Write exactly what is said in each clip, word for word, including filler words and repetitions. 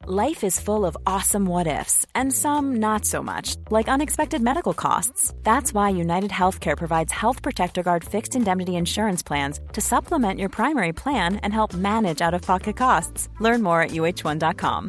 Life is full of awesome what-ifs, and some not so much, like unexpected medical costs. That's why United Healthcare provides Health Protector Guard fixed indemnity insurance plans to supplement your primary plan and help manage out-of-pocket costs. Learn more at U H one dot com.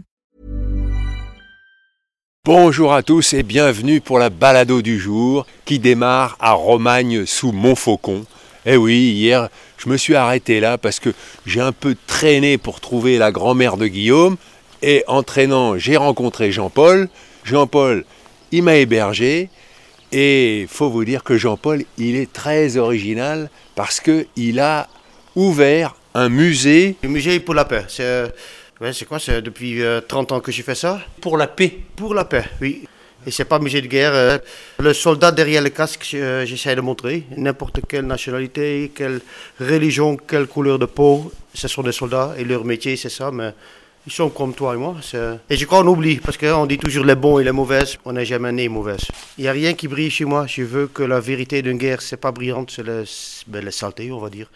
Bonjour à tous et bienvenue pour la balado du jour qui démarre à Romagne sous Montfaucon. Eh oui, hier, je me suis arrêté là parce que j'ai un peu traîné pour trouver la grand-mère de Guillaume. Et en traînant, j'ai rencontré Jean-Paul. Jean-Paul, il m'a hébergé. Et il faut vous dire que Jean-Paul, il est très original parce qu'il a ouvert un musée. Le musée pour la paix. C'est, ouais, c'est quoi? C'est depuis euh, trente ans que j'ai fait ça. Pour la paix. Pour la paix, oui. Et c'est pas un musée de guerre. Euh, le soldat derrière le casque, euh, j'essaie de montrer. N'importe quelle nationalité, quelle religion, quelle couleur de peau, ce sont des soldats. Et leur métier, c'est ça. Mais ils sont comme toi et moi. C'est... Et je crois qu'on oublie, parce qu'on dit toujours les bons et les mauvaises. On n'est jamais né mauvaises. Il n'y a rien qui brille chez moi. Je veux que la vérité d'une guerre, c'est pas brillante, c'est le, ben, la saleté, on va dire.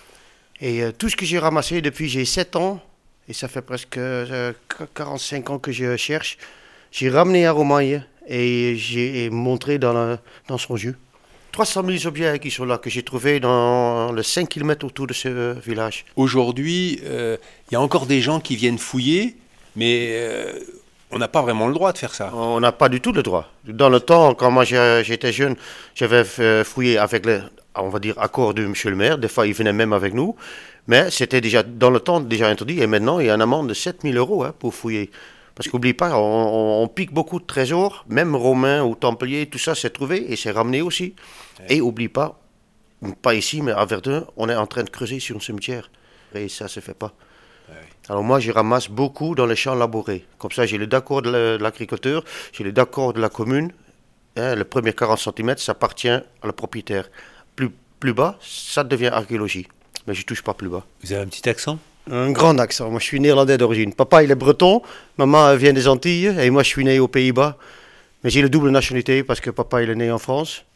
Et euh, tout ce que j'ai ramassé depuis j'ai sept ans, et ça fait presque euh, quarante-cinq ans que je cherche, j'ai ramené à Romagne et j'ai montré dans, la, dans son jus. trois cent mille objets qui sont là, que j'ai trouvés dans les cinq kilomètres autour de ce euh, village. Aujourd'hui, il euh, y a encore des gens qui viennent fouiller, mais euh, on n'a pas vraiment le droit de faire ça. On n'a pas du tout le droit. Dans le temps, quand moi j'étais jeune, j'avais fouillé avec le, on va dire, accord de monsieur le maire. Des fois, il venait même avec nous. Mais c'était déjà, dans le temps, déjà interdit. Et maintenant, il y a une amende de sept mille euros hein, pour fouiller. Parce qu'oublie pas, on, on pique beaucoup de trésors, même romains ou templiers, tout ça c'est trouvé et c'est ramené aussi. Ouais. Et oublie pas, pas ici, mais à Verdun, on est en train de creuser sur un cimetière. Et ça se fait pas. Ouais. Alors moi, je ramasse beaucoup dans les champs labourés. Comme ça, j'ai le d'accord de l'agriculteur, j'ai le d'accord de la commune. Hein, le premier quarante centimètres, ça appartient à le propriétaire. Plus, plus bas, ça devient archéologie. Mais je touche pas plus bas. Vous avez un petit accent ? Un grand accent. Moi, je suis néerlandais d'origine. Papa, il est breton. Maman vient des Antilles. Et moi, je suis né aux Pays-Bas. Mais j'ai le double nationalité parce que papa, il est né en France.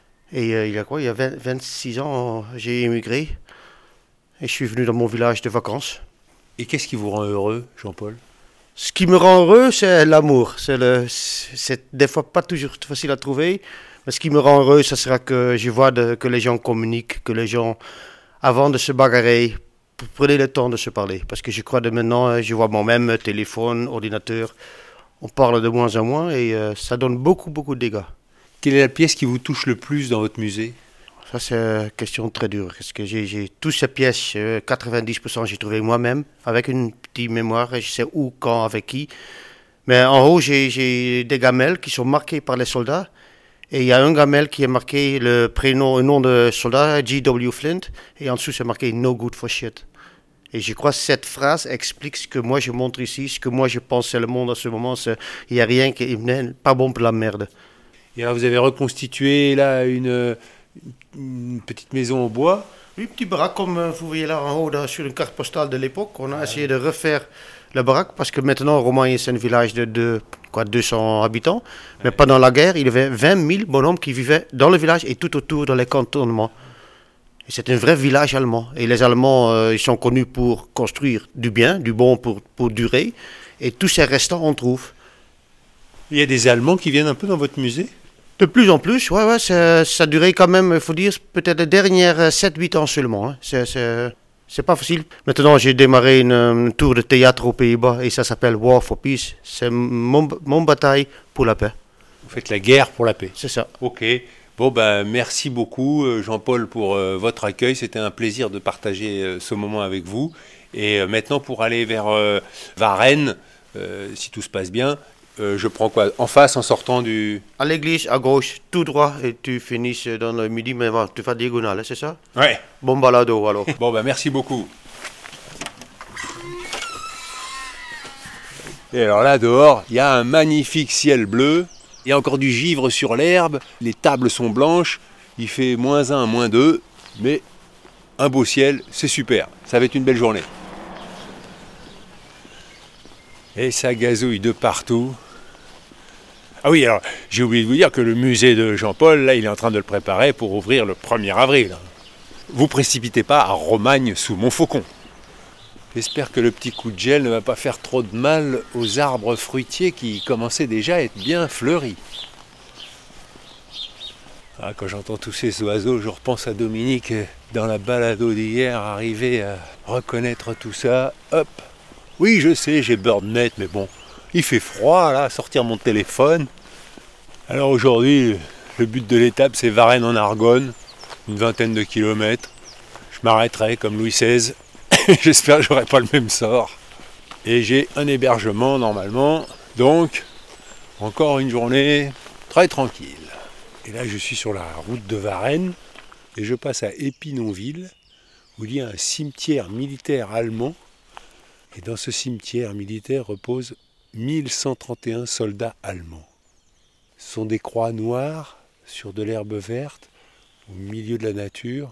Et euh, il y a quoi? Il y a vingt, vingt-six ans, j'ai émigré. Et je suis venu dans mon village de vacances. Et qu'est-ce qui vous rend heureux, Jean-Paul? Ce qui me rend heureux, c'est l'amour. C'est, le, c'est des fois pas toujours facile à trouver. Mais ce qui me rend heureux, ce sera que je vois de, que les gens communiquent, que les gens, avant de se bagarrer, prenez le temps de se parler, parce que je crois que maintenant, je vois moi-même, téléphone, ordinateur, on parle de moins en moins et euh, ça donne beaucoup, beaucoup de dégâts. Quelle est la pièce qui vous touche le plus dans votre musée? Ça, c'est une question très dure, parce que j'ai, j'ai toutes ces pièces, euh, quatre-vingt-dix pour cent j'ai trouvé moi-même, avec une petite mémoire, et je sais où, quand, avec qui. Mais en haut, j'ai, j'ai des gamelles qui sont marquées par les soldats. Et il y a un gamelle qui est marqué le prénom, le nom de soldat, G W Flint, et en dessous c'est marqué No good for shit. Et je crois que cette phrase explique ce que moi je montre ici, ce que moi je pense c'est le monde à ce moment, c'est, il n'y a rien qui n'est pas bon pour la merde. Et alors vous avez reconstitué là une, une petite maison en bois? Oui, petit baraque comme vous voyez là en haut là, sur une carte postale de l'époque. On a essayé de refaire le baraque parce que maintenant Romagne c'est un village de, de quoi, deux cents habitants. Mais ouais. Pendant la guerre, il y avait vingt mille bonhommes qui vivaient dans le village et tout autour dans les cantonnements. Et c'est un vrai village allemand. Et les Allemands, euh, ils sont connus pour construire du bien, du bon pour, pour durer. Et tous ces restants, on trouve. Il y a des Allemands qui viennent un peu dans votre musée? De plus en plus, ouais, ouais, ça, ça a duré quand même, il faut dire, peut-être les dernières sept huit ans seulement. Hein. C'est, c'est, c'est pas facile. Maintenant, j'ai démarré une, une tour de théâtre aux Pays-Bas et ça s'appelle War for Peace. C'est mon, mon bataille pour la paix. Vous faites la guerre pour la paix? C'est ça. Ok. Bon, ben, merci beaucoup, Jean-Paul, pour euh, votre accueil. C'était un plaisir de partager euh, ce moment avec vous. Et euh, maintenant, pour aller vers euh, Varennes, euh, si tout se passe bien, euh, je prends quoi? En face, en sortant du... À l'église, à gauche, tout droit, et tu finis dans le midi, mais bon, tu fais diagonale, c'est ça? Ouais. Bon balado, alors. Bon, ben, merci beaucoup. Et alors là, dehors, il y a un magnifique ciel bleu. Il y a encore du givre sur l'herbe, les tables sont blanches, il fait moins un, moins deux, mais un beau ciel, c'est super, ça va être une belle journée. Et ça gazouille de partout. Ah oui, alors j'ai oublié de vous dire que le musée de Jean-Paul, là, il est en train de le préparer pour ouvrir le premier avril. Vous précipitez pas à Romagne sous Montfaucon. J'espère que le petit coup de gel ne va pas faire trop de mal aux arbres fruitiers qui commençaient déjà à être bien fleuris. Ah, quand j'entends tous ces oiseaux, je repense à Dominique dans la balado d'hier, arriver à reconnaître tout ça. Hop. Oui, je sais, j'ai BirdNet, mais bon, il fait froid là, sortir mon téléphone. Alors aujourd'hui, le but de l'étape, c'est Varennes en Argonne, une vingtaine de kilomètres. Je m'arrêterai comme Louis seize. J'espère que j'aurai pas le même sort. Et j'ai un hébergement normalement, donc encore une journée très tranquille. Et là, je suis sur la route de Varennes et je passe à Épinonville où il y a un cimetière militaire allemand. Et dans ce cimetière militaire reposent mille cent trente et un soldats allemands. Ce sont des croix noires sur de l'herbe verte au milieu de la nature,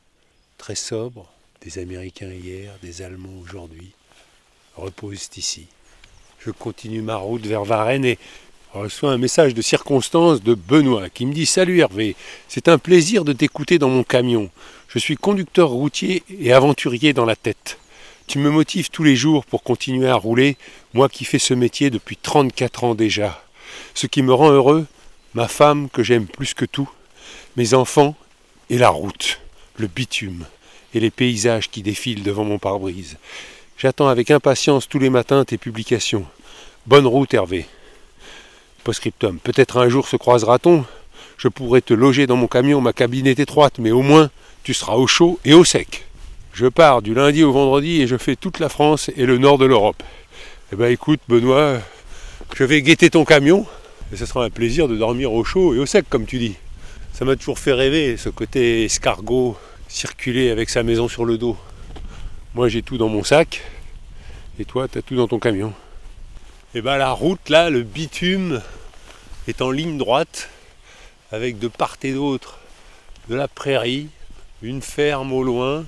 très sobres. Des Américains hier, des Allemands aujourd'hui reposent ici. Je continue ma route vers Varennes et reçois un message de circonstance de Benoît qui me dit « Salut Hervé, c'est un plaisir de t'écouter dans mon camion. Je suis conducteur routier et aventurier dans la tête. Tu me motives tous les jours pour continuer à rouler, moi qui fais ce métier depuis trente-quatre ans déjà. Ce qui me rend heureux, ma femme que j'aime plus que tout, mes enfants et la route, le bitume et les paysages qui défilent devant mon pare-brise. J'attends avec impatience tous les matins tes publications. Bonne route Hervé. Post-scriptum, peut-être un jour se croisera-t-on. Je pourrai te loger dans mon camion, ma cabine est étroite, mais au moins tu seras au chaud et au sec. Je pars du lundi au vendredi et je fais toute la France et le nord de l'Europe. Eh ben écoute Benoît, je vais guetter ton camion et ce sera un plaisir de dormir au chaud et au sec comme tu dis. Ça m'a toujours fait rêver ce côté escargot, circuler avec sa maison sur le dos. Moi j'ai tout dans mon sac et toi t'as tout dans ton camion. Et ben la route là, le bitume est en ligne droite avec de part et d'autre de la prairie, une ferme au loin,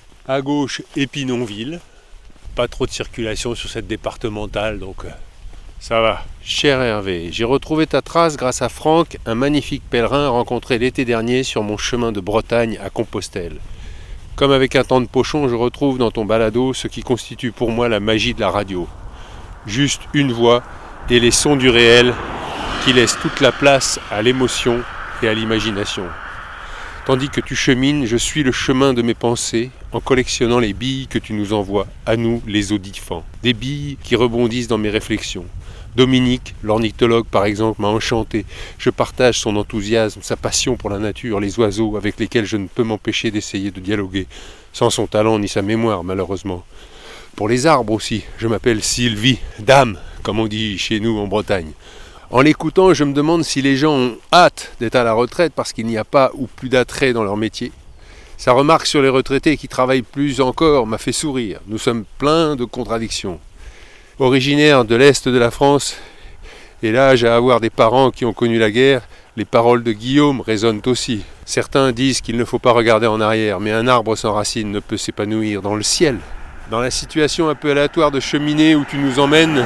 à gauche Épinonville. Pas trop de circulation sur cette départementale donc euh, ça va. Cher Hervé, j'ai retrouvé ta trace grâce à Franck, un magnifique pèlerin rencontré l'été dernier sur mon chemin de Bretagne à Compostelle. Comme avec un temps de pochon, je retrouve dans ton balado ce qui constitue pour moi la magie de la radio. Juste une voix et les sons du réel qui laissent toute la place à l'émotion et à l'imagination. Tandis que tu chemines, je suis le chemin de mes pensées en collectionnant les billes que tu nous envoies, à nous les audifants. Des billes qui rebondissent dans mes réflexions. Dominique, l'ornithologue par exemple, m'a enchanté. Je partage son enthousiasme, sa passion pour la nature, les oiseaux avec lesquels je ne peux m'empêcher d'essayer de dialoguer, sans son talent ni sa mémoire malheureusement. Pour les arbres aussi, je m'appelle Sylvie, dame, comme on dit chez nous en Bretagne. En l'écoutant, je me demande si les gens ont hâte d'être à la retraite parce qu'il n'y a pas ou plus d'attrait dans leur métier. Sa remarque sur les retraités qui travaillent plus encore m'a fait sourire. Nous sommes pleins de contradictions. Originaire de l'Est de la France, et l'âge à avoir des parents qui ont connu la guerre, les paroles de Guillaume résonnent aussi. Certains disent qu'il ne faut pas regarder en arrière, mais un arbre sans racines ne peut s'épanouir dans le ciel. Dans la situation un peu aléatoire de cheminée où tu nous emmènes,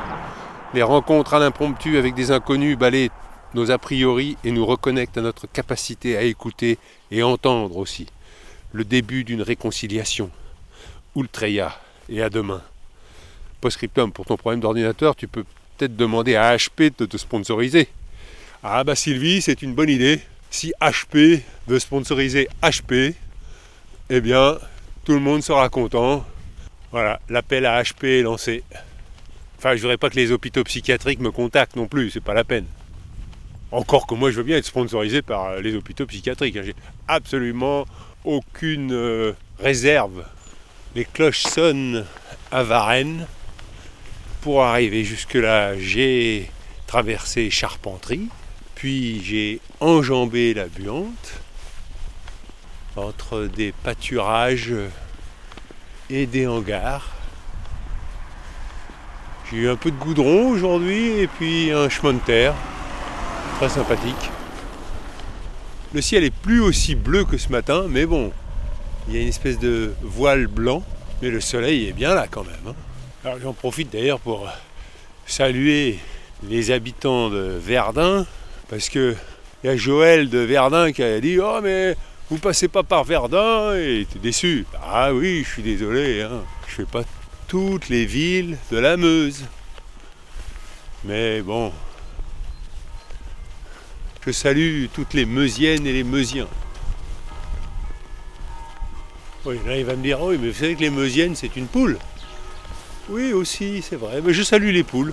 les rencontres à l'impromptu avec des inconnus balayent nos a priori et nous reconnectent à notre capacité à écouter et entendre aussi. Le début d'une réconciliation. Ultreya et à demain. Post-scriptum, pour ton problème d'ordinateur, tu peux peut-être demander à H P de te sponsoriser. Ah bah Sylvie, c'est une bonne idée. Si H P veut sponsoriser H P, eh bien, tout le monde sera content. Voilà, l'appel à H P est lancé. Enfin, je ne voudrais pas que les hôpitaux psychiatriques me contactent non plus, c'est pas la peine. Encore que moi, je veux bien être sponsorisé par les hôpitaux psychiatriques. J'ai absolument aucune euh, réserve. Les cloches sonnent à Varennes. Pour arriver jusque-là, j'ai traversé Charpenterie, puis j'ai enjambé la Buante, entre des pâturages et des hangars. J'ai eu un peu de goudron aujourd'hui et puis un chemin de terre, très sympathique. Le ciel est plus aussi bleu que ce matin, mais bon, il y a une espèce de voile blanc, mais le soleil est bien là quand même. Hein. Alors j'en profite d'ailleurs pour saluer les habitants de Verdun, parce que il y a Joël de Verdun qui a dit « Oh mais Vous passez pas par Verdun et t'es déçu. Ah oui, je suis désolé, hein. Je fais pas toutes les villes de la Meuse. Mais bon, je salue toutes les Meusiennes et les Meusiens. Oui, là il va me dire, oui, mais vous savez que les Meusiennes c'est une poule. Oui aussi, c'est vrai, mais je salue les poules.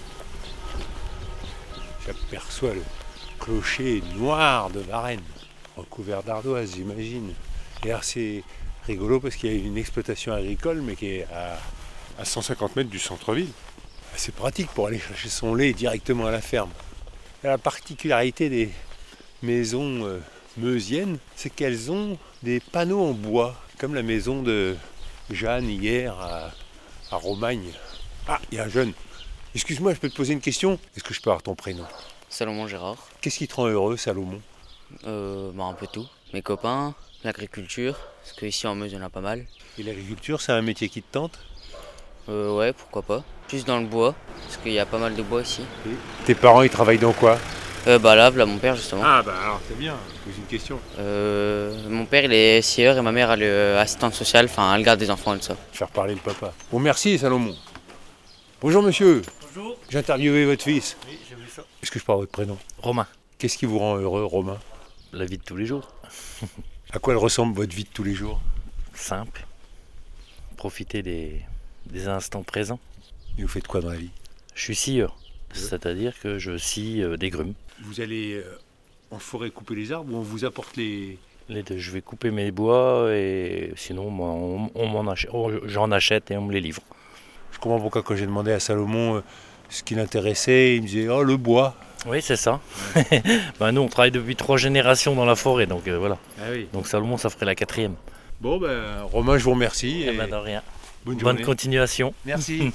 J'aperçois le clocher noir de Varennes, recouvert d'ardoise, j'imagine. Et alors c'est rigolo parce qu'il y a une exploitation agricole, mais qui est à, à cent cinquante mètres du centre-ville. C'est pratique pour aller chercher son lait directement à la ferme. Et la particularité des maisons euh, meusiennes, c'est qu'elles ont des panneaux en bois, comme la maison de Jeanne hier à, à Romagne. Ah, il y a un jeune. Excuse-moi, je peux te poser une question? Est-ce que je peux avoir ton prénom? Salomon Gérard. Qu'est-ce qui te rend heureux, Salomon? euh, bah, Un peu tout. Mes copains, l'agriculture, parce qu'ici en Meuse il y en a pas mal. Et l'agriculture, c'est un métier qui te tente? Euh, ouais, pourquoi pas. Plus dans le bois, parce qu'il y a pas mal de bois ici. Et tes parents, ils travaillent dans quoi? Euh, bah là, là, mon père justement. Ah bah alors c'est bien, je pose une question. Euh, mon père il est scieur et ma mère elle est euh, assistante sociale, enfin elle garde des enfants et tout ça. Faire parler le papa. Bon, merci Salomon. Bonjour monsieur. Bonjour. J'ai interviewé votre fils. Oui, j'ai vu ça. Est-ce que je parle votre prénom? Romain. Qu'est-ce qui vous rend heureux, Romain? La vie de tous les jours. À quoi elle ressemble votre vie de tous les jours? Simple. Profiter des, des instants présents. Et vous faites quoi dans la vie? Je suis scieur, c'est-à-dire que je scie euh, des grumes. Vous allez euh, en forêt couper les arbres ou on vous apporte les... Les deux, je vais couper mes bois et sinon moi, on, on m'en achète, oh, j'en achète et on me les livre. Je comprends pourquoi quand j'ai demandé à Salomon euh, ce qui l'intéressait, il me disait « Oh, le bois !» Oui, c'est ça. Ben, nous, on travaille depuis trois générations dans la forêt, donc euh, voilà. Ah oui. Donc Salomon, ça ferait la quatrième. Bon, ben, Romain, je vous remercie. Et ben, de rien. Bonne, Bonne continuation. Merci.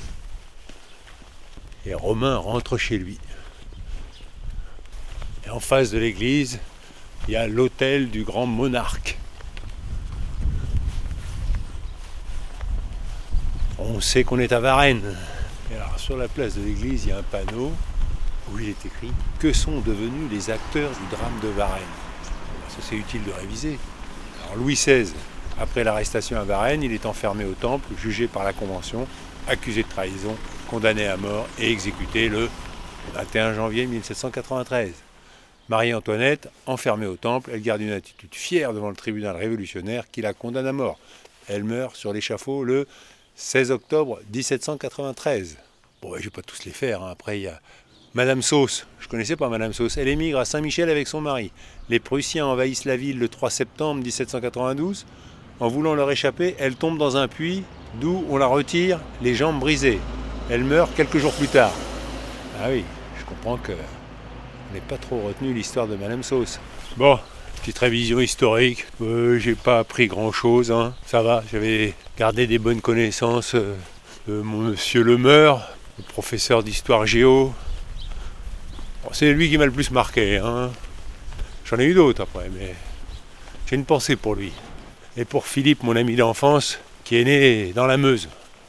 Et Romain rentre chez lui. Et en face de l'église, il y a l'hôtel du grand monarque. On sait qu'on est à Varennes. Et alors, sur la place de l'église, il y a un panneau où il est écrit « Que sont devenus les acteurs du drame de Varennes ?» Ça, c'est utile de réviser. Alors, Louis seize, après l'arrestation à Varennes, il est enfermé au Temple, jugé par la Convention, accusé de trahison, condamné à mort et exécuté le vingt et un janvier mille sept cent quatre-vingt-treize. Marie-Antoinette, enfermée au Temple, elle garde une attitude fière devant le tribunal révolutionnaire qui la condamne à mort. Elle meurt sur l'échafaud le seize octobre dix-sept cent quatre-vingt-treize. Bon, je ne vais pas tous les faire, hein. Après, il y a Madame Sauce. Je ne connaissais pas Madame Sauce. Elle émigre à Saint-Michel avec son mari. Les Prussiens envahissent la ville le trois septembre dix-sept cent quatre-vingt-douze. En voulant leur échapper, elle tombe dans un puits d'où on la retire les jambes brisées. Elle meurt quelques jours plus tard. Ah oui, je comprends que on n'est pas trop retenu l'histoire de Madame Sauce. Bon, petite révision historique. Euh, j'ai pas appris grand-chose, hein. Ça va, j'avais gardé des bonnes connaissances euh, de mon monsieur Lemeur, le professeur d'histoire géo. Bon, c'est lui qui m'a le plus marqué, hein. J'en ai eu d'autres après, mais j'ai une pensée pour lui. Et pour Philippe, mon ami d'enfance, qui est né dans la Meuse.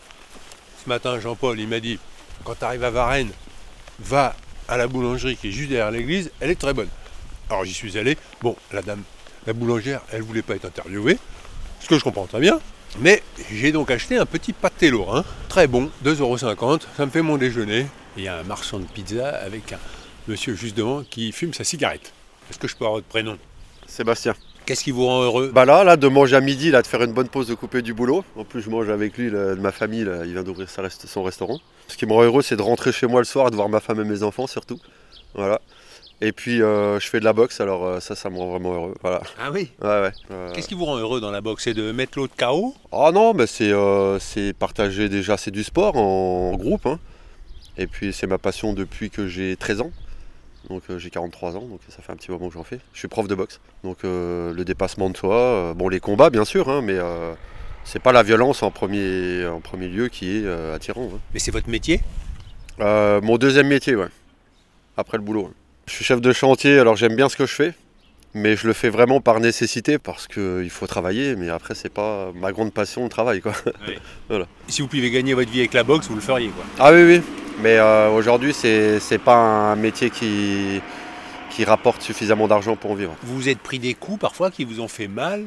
Ce matin, Jean-Paul, il m'a dit, quand tu arrives à Varennes, va à la boulangerie qui est juste derrière l'église, elle est très bonne. Alors j'y suis allé. Bon, la dame, la boulangère, elle voulait pas être interviewée, ce que je comprends très bien. Mais j'ai donc acheté un petit pâté lorrain, très bon, deux euros cinquante, ça me fait mon déjeuner. Et il y a un marchand de pizza avec un monsieur juste devant qui fume sa cigarette. Est-ce que je peux avoir votre prénom? Sébastien. Qu'est-ce qui vous rend heureux? Bah là, là, de manger à midi, là, de faire une bonne pause, de couper du boulot. En plus, je mange avec lui, là, de ma famille, là, il vient d'ouvrir sa rest- son restaurant. Ce qui me rend heureux, c'est de rentrer chez moi le soir, de voir ma femme et mes enfants surtout. Voilà. Et puis, euh, je fais de la boxe, alors euh, ça, ça me rend vraiment heureux. Voilà. Ah oui? Ouais, ouais. Euh... Qu'est-ce qui vous rend heureux dans la boxe? C'est de mettre l'autre K O? Ah non, mais c'est, euh, c'est partager déjà, c'est du sport en, en groupe. Hein. Et puis, c'est ma passion depuis que j'ai treize ans. Donc euh, j'ai quarante-trois ans, donc ça fait un petit moment que j'en fais. Je suis prof de boxe. Donc euh, le dépassement de soi, euh, bon les combats bien sûr, hein, mais euh, c'est pas la violence en premier, en premier lieu qui est euh, attirant. Hein. Mais c'est votre métier? euh, Mon deuxième métier, ouais. Après le boulot. Ouais. Je suis chef de chantier, alors j'aime bien ce que je fais, mais je le fais vraiment par nécessité parce qu'il faut travailler, mais après c'est pas ma grande passion le travail, quoi. Oui. Voilà. Si vous pouviez gagner votre vie avec la boxe, vous le feriez, quoi. Ah oui, oui. Mais euh, aujourd'hui, c'est, c'est pas un métier qui, qui rapportent suffisamment d'argent pour en vivre. Vous vous êtes pris des coups parfois qui vous ont fait mal?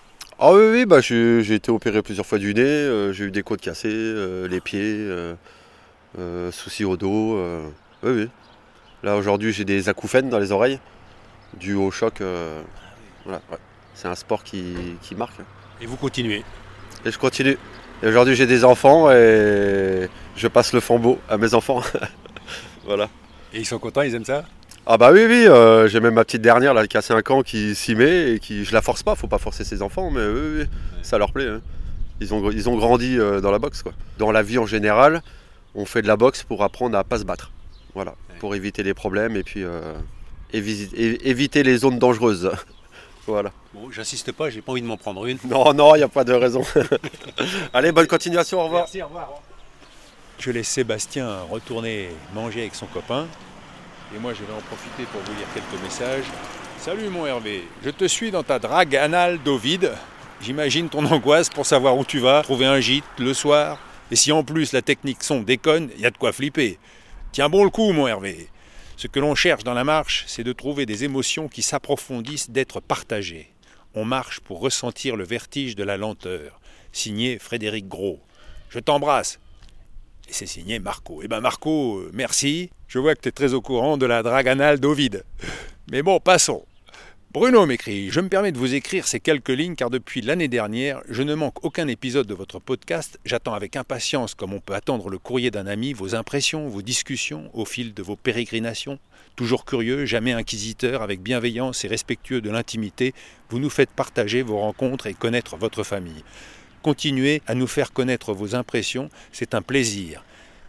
Ah oui, oui, bah, j'ai, j'ai été opéré plusieurs fois du nez, euh, j'ai eu des côtes cassées, euh, les pieds, euh, euh, soucis au dos. Euh, oui, oui. Là aujourd'hui j'ai des acouphènes dans les oreilles, dû au choc. Euh, voilà, ouais. C'est un sport qui, qui marque. Et vous continuez? Et je continue. Et aujourd'hui j'ai des enfants et je passe le flambeau à mes enfants. Voilà. Et ils sont contents, ils aiment ça? Ah bah oui, oui, euh, j'ai même ma petite dernière là, qui a cinq ans qui s'y met et qui, je la force pas, faut pas forcer ses enfants, mais oui, oui, oui, ça leur plaît. Hein. Ils, ont, ils ont grandi euh, dans la boxe, quoi. Dans la vie en général, on fait de la boxe pour apprendre à pas se battre. Voilà, ouais. Pour éviter les problèmes et puis euh, évi- é- éviter les zones dangereuses. Voilà. Bon, j'insiste pas, j'ai pas envie de m'en prendre une. Non, non, il n'y a pas de raison. Allez, bonne continuation, au revoir. Merci, au revoir. Je laisse Sébastien retourner manger avec son copain. Et moi, je vais en profiter pour vous lire quelques messages. Salut mon Hervé, je te suis dans ta drague anale d'eau vide. J'imagine ton angoisse pour savoir où tu vas, trouver un gîte le soir. Et si en plus la technique son déconne, il y a de quoi flipper. Tiens bon le coup mon Hervé. Ce que l'on cherche dans la marche, c'est de trouver des émotions qui s'approfondissent, d'être partagées. On marche pour ressentir le vertige de la lenteur. Signé Frédéric Gros. Je t'embrasse. Et c'est signé Marco. Eh ben Marco, euh, merci. Je vois que tu es très au courant de la drague anale d'Ovide. Mais bon, passons. Bruno m'écrit, je me permets de vous écrire ces quelques lignes car depuis l'année dernière, je ne manque aucun épisode de votre podcast. J'attends avec impatience, comme on peut attendre le courrier d'un ami, vos impressions, vos discussions au fil de vos pérégrinations. Toujours curieux, jamais inquisiteur, avec bienveillance et respectueux de l'intimité, vous nous faites partager vos rencontres et connaître votre famille. Continuez à nous faire connaître vos impressions, c'est un plaisir.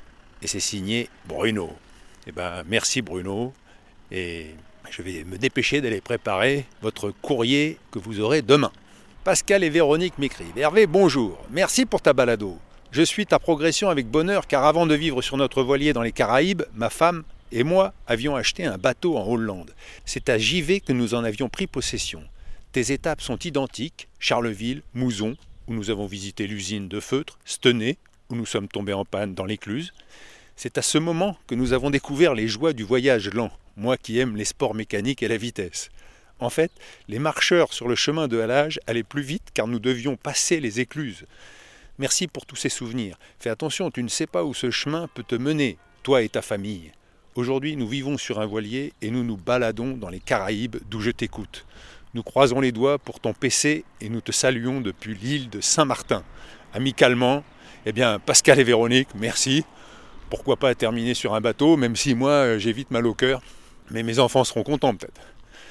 Et c'est signé Bruno. Eh ben, merci Bruno. Et je vais me dépêcher d'aller préparer votre courrier que vous aurez demain. Pascal et Véronique m'écrivent. Hervé, bonjour. Merci pour ta balado. Je suis ta progression avec bonheur car avant de vivre sur notre voilier dans les Caraïbes, ma femme et moi avions acheté un bateau en Hollande. C'est à Givet que nous en avions pris possession. Tes étapes sont identiques, Charleville, Mouzon, où nous avons visité l'usine de feutres, Stenay, où nous sommes tombés en panne dans l'écluse. C'est à ce moment que nous avons découvert les joies du voyage lent, moi qui aime les sports mécaniques et la vitesse. En fait, les marcheurs sur le chemin de halage allaient plus vite car nous devions passer les écluses. Merci pour tous ces souvenirs. Fais attention, tu ne sais pas où ce chemin peut te mener, toi et ta famille. Aujourd'hui, nous vivons sur un voilier et nous nous baladons dans les Caraïbes d'où je t'écoute. Nous croisons les doigts pour ton P C et nous te saluons depuis l'île de Saint-Martin. Amicalement, eh bien, Pascal et Véronique, merci. Pourquoi pas terminer sur un bateau, même si moi, j'ai vite mal au cœur. Mais mes enfants seront contents peut-être.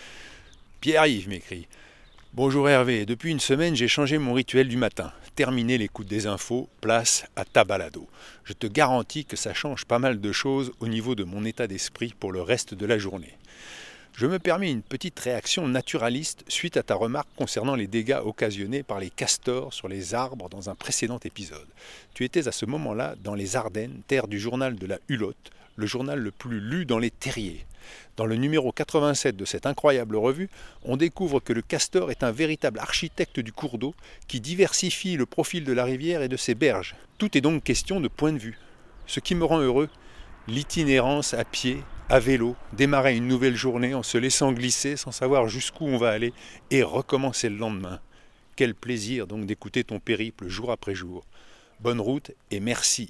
Pierre-Yves m'écrit. Bonjour Hervé, depuis une semaine, j'ai changé mon rituel du matin. Terminer l'écoute des infos, place à ta balado. Je te garantis que ça change pas mal de choses au niveau de mon état d'esprit pour le reste de la journée. Je me permets une petite réaction naturaliste suite à ta remarque concernant les dégâts occasionnés par les castors sur les arbres dans un précédent épisode. Tu étais à ce moment-là dans les Ardennes, terre du journal de la Hulotte, le journal le plus lu dans les terriers. Dans le numéro quatre-vingt-sept de cette incroyable revue, on découvre que le castor est un véritable architecte du cours d'eau qui diversifie le profil de la rivière et de ses berges. Tout est donc question de point de vue. Ce qui me rend heureux, l'itinérance à pied, à vélo, démarrer une nouvelle journée en se laissant glisser sans savoir jusqu'où on va aller et recommencer le lendemain. Quel plaisir donc d'écouter ton périple jour après jour. Bonne route et merci.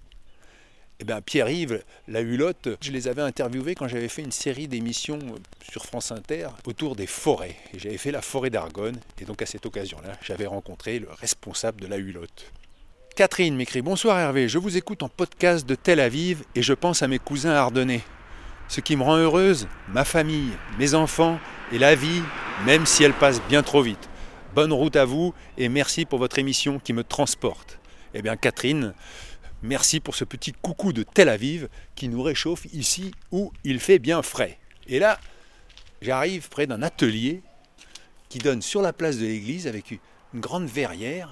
Eh bien, Pierre-Yves, la Hulotte, je les avais interviewés quand j'avais fait une série d'émissions sur France Inter autour des forêts. Et j'avais fait la forêt d'Argonne. Et donc à cette occasion-là, j'avais rencontré le responsable de la Hulotte. Catherine m'écrit « Bonsoir Hervé, je vous écoute en podcast de Tel Aviv et je pense à mes cousins ardennais. Ce qui me rend heureuse, ma famille, mes enfants et la vie, même si elle passe bien trop vite. Bonne route à vous et merci pour votre émission qui me transporte. » Eh bien Catherine, merci pour ce petit coucou de Tel Aviv qui nous réchauffe ici où il fait bien frais. Et là, j'arrive près d'un atelier qui donne sur la place de l'église avec une grande verrière.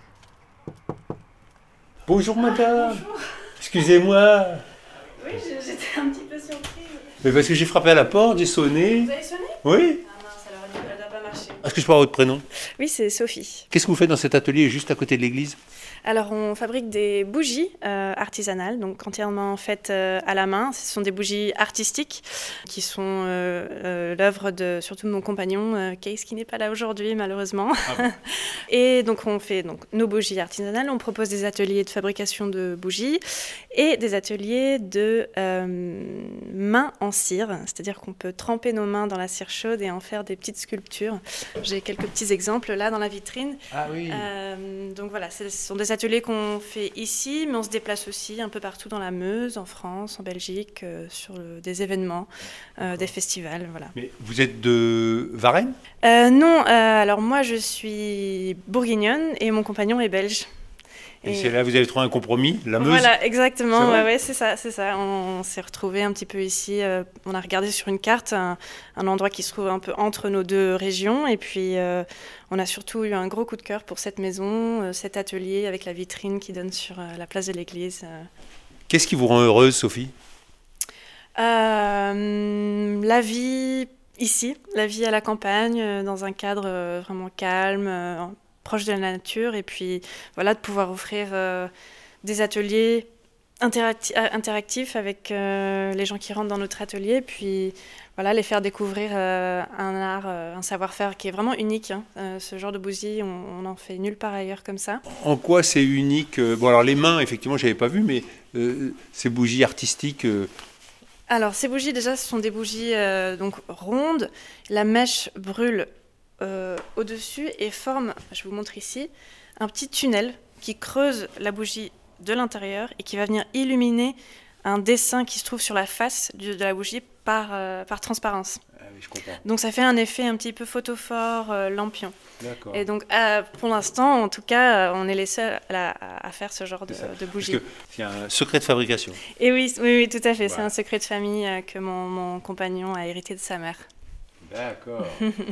Bonjour madame. Bonjour. Excusez-moi. Oui, j'étais un petit peu surprise. Mais parce que j'ai frappé à la porte, j'ai sonné. Vous avez sonné? Oui. Ah mince, alors elle n'a pas marché. Est-ce que je peux avoir votre prénom? Oui, c'est Sophie. Qu'est-ce que vous faites dans cet atelier juste à côté de l'église? Alors, on fabrique des bougies euh, artisanales, donc entièrement faites euh, à la main. Ce sont des bougies artistiques qui sont euh, euh, l'œuvre de surtout de mon compagnon, euh, Case, qui n'est pas là aujourd'hui, malheureusement. Ah bon. Et donc, on fait donc, nos bougies artisanales. On propose des ateliers de fabrication de bougies et des ateliers de euh, mains en cire, c'est-à-dire qu'on peut tremper nos mains dans la cire chaude et en faire des petites sculptures. J'ai quelques petits exemples là dans la vitrine. Ah oui. Euh, donc voilà, ce sont des ateliers qu'on fait ici, mais on se déplace aussi un peu partout dans la Meuse, en France, en Belgique, euh, sur le, des événements, euh, des festivals, voilà. Mais vous êtes de Varennes ? euh, Non, euh, alors moi je suis bourguignonne et mon compagnon est belge. Et, et c'est là que vous avez trouvé un compromis, la Meuse ? Voilà, exactement, c'est ouais, ouais, c'est ça, c'est ça. On, on s'est retrouvés un petit peu ici, euh, on a regardé sur une carte un, un endroit qui se trouve un peu entre nos deux régions, et puis euh, on a surtout eu un gros coup de cœur pour cette maison, euh, cet atelier avec la vitrine qui donne sur euh, la place de l'église. Euh. Qu'est-ce qui vous rend heureuse, Sophie ? euh, La vie ici, la vie à la campagne, euh, dans un cadre euh, vraiment calme, euh, proche de la nature, et puis voilà, de pouvoir offrir euh, des ateliers interacti- interactifs avec euh, les gens qui rentrent dans notre atelier, puis voilà, les faire découvrir euh, un art, euh, un savoir-faire qui est vraiment unique. Hein. Euh, ce genre de bougie, on n'en fait nulle part ailleurs comme ça. En quoi c'est unique ? Bon, alors les mains, effectivement, je n'avais pas vu, mais euh, ces bougies artistiques... Euh... Alors, ces bougies, déjà, ce sont des bougies euh, donc, rondes. La mèche brûle Euh, au-dessus et forme, je vous montre ici, un petit tunnel qui creuse la bougie de l'intérieur et qui va venir illuminer un dessin qui se trouve sur la face de, de la bougie par, euh, par transparence. Ah oui, je comprends. Donc ça fait un effet un petit peu photophore, euh, lampion. D'accord. Et donc euh, pour l'instant, en tout cas, on est les seuls à, à faire ce genre de, de bougie. Parce que c'est un secret de fabrication. Et oui, oui, oui, tout à fait. Voilà. C'est un secret de famille euh, que mon, mon compagnon a hérité de sa mère. D'accord.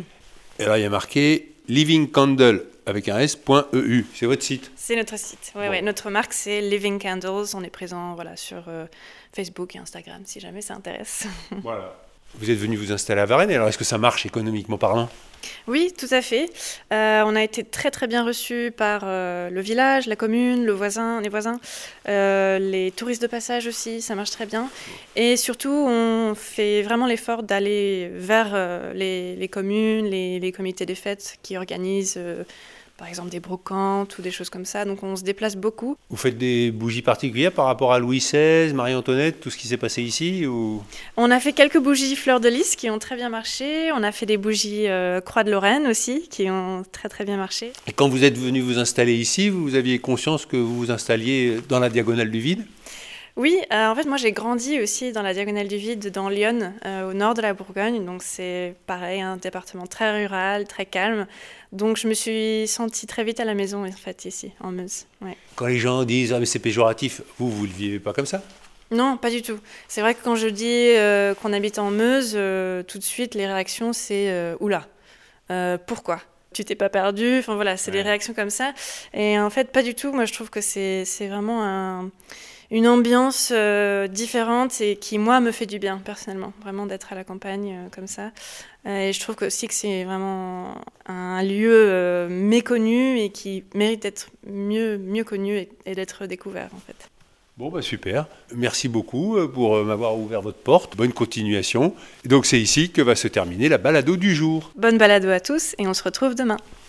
Et là, il y a marqué Living Candle avec un S.eu. C'est votre site ? C'est notre site. Ouais, bon. ouais. Notre marque, c'est Living Candles. On est présent voilà, sur euh, Facebook et Instagram, si jamais ça intéresse. Voilà. Vous êtes venu vous installer à Varennes. Alors, est-ce que ça marche économiquement parlant ? Oui, tout à fait. Euh, on a été très très bien reçus par euh, le village, la commune, le voisin, les voisins, euh, les touristes de passage aussi, ça marche très bien. Et surtout, on fait vraiment l'effort d'aller vers euh, les, les communes, les, les comités des fêtes qui organisent euh, par exemple des brocantes ou des choses comme ça. Donc on se déplace beaucoup. Vous faites des bougies particulières par rapport à Louis seize, Marie-Antoinette, tout ce qui s'est passé ici ou... On a fait quelques bougies fleurs de lys qui ont très bien marché. On a fait des bougies euh, Croix de Lorraine aussi qui ont très très bien marché. Et quand vous êtes venu vous installer ici, vous aviez conscience que vous vous installiez dans la diagonale du vide ? Oui, euh, en fait, moi j'ai grandi aussi dans la diagonale du vide, dans Lyon, euh, au nord de la Bourgogne. Donc c'est pareil, un département très rural, très calme. Donc je me suis sentie très vite à la maison, en fait, ici, en Meuse. Ouais. Quand les gens disent « Ah, mais c'est péjoratif », vous, vous ne le vivez pas comme ça ? Non, pas du tout. C'est vrai que quand je dis euh, qu'on habite en Meuse, euh, tout de suite, les réactions, c'est euh, « Oula, euh, pourquoi ? Tu t'es pas perdu ?» Enfin voilà, c'est ouais. Des réactions comme ça. Et en fait, pas du tout. Moi, je trouve que c'est, c'est vraiment un... une ambiance euh, différente et qui, moi, me fait du bien, personnellement. Vraiment d'être à la campagne euh, comme ça. Euh, et je trouve que, aussi que c'est vraiment un lieu euh, méconnu et qui mérite d'être mieux, mieux connu et, et d'être découvert, en fait. Bon, bah super. Merci beaucoup pour m'avoir ouvert votre porte. Bonne continuation. Donc, c'est ici que va se terminer la balado du jour. Bonne balado à tous et on se retrouve demain.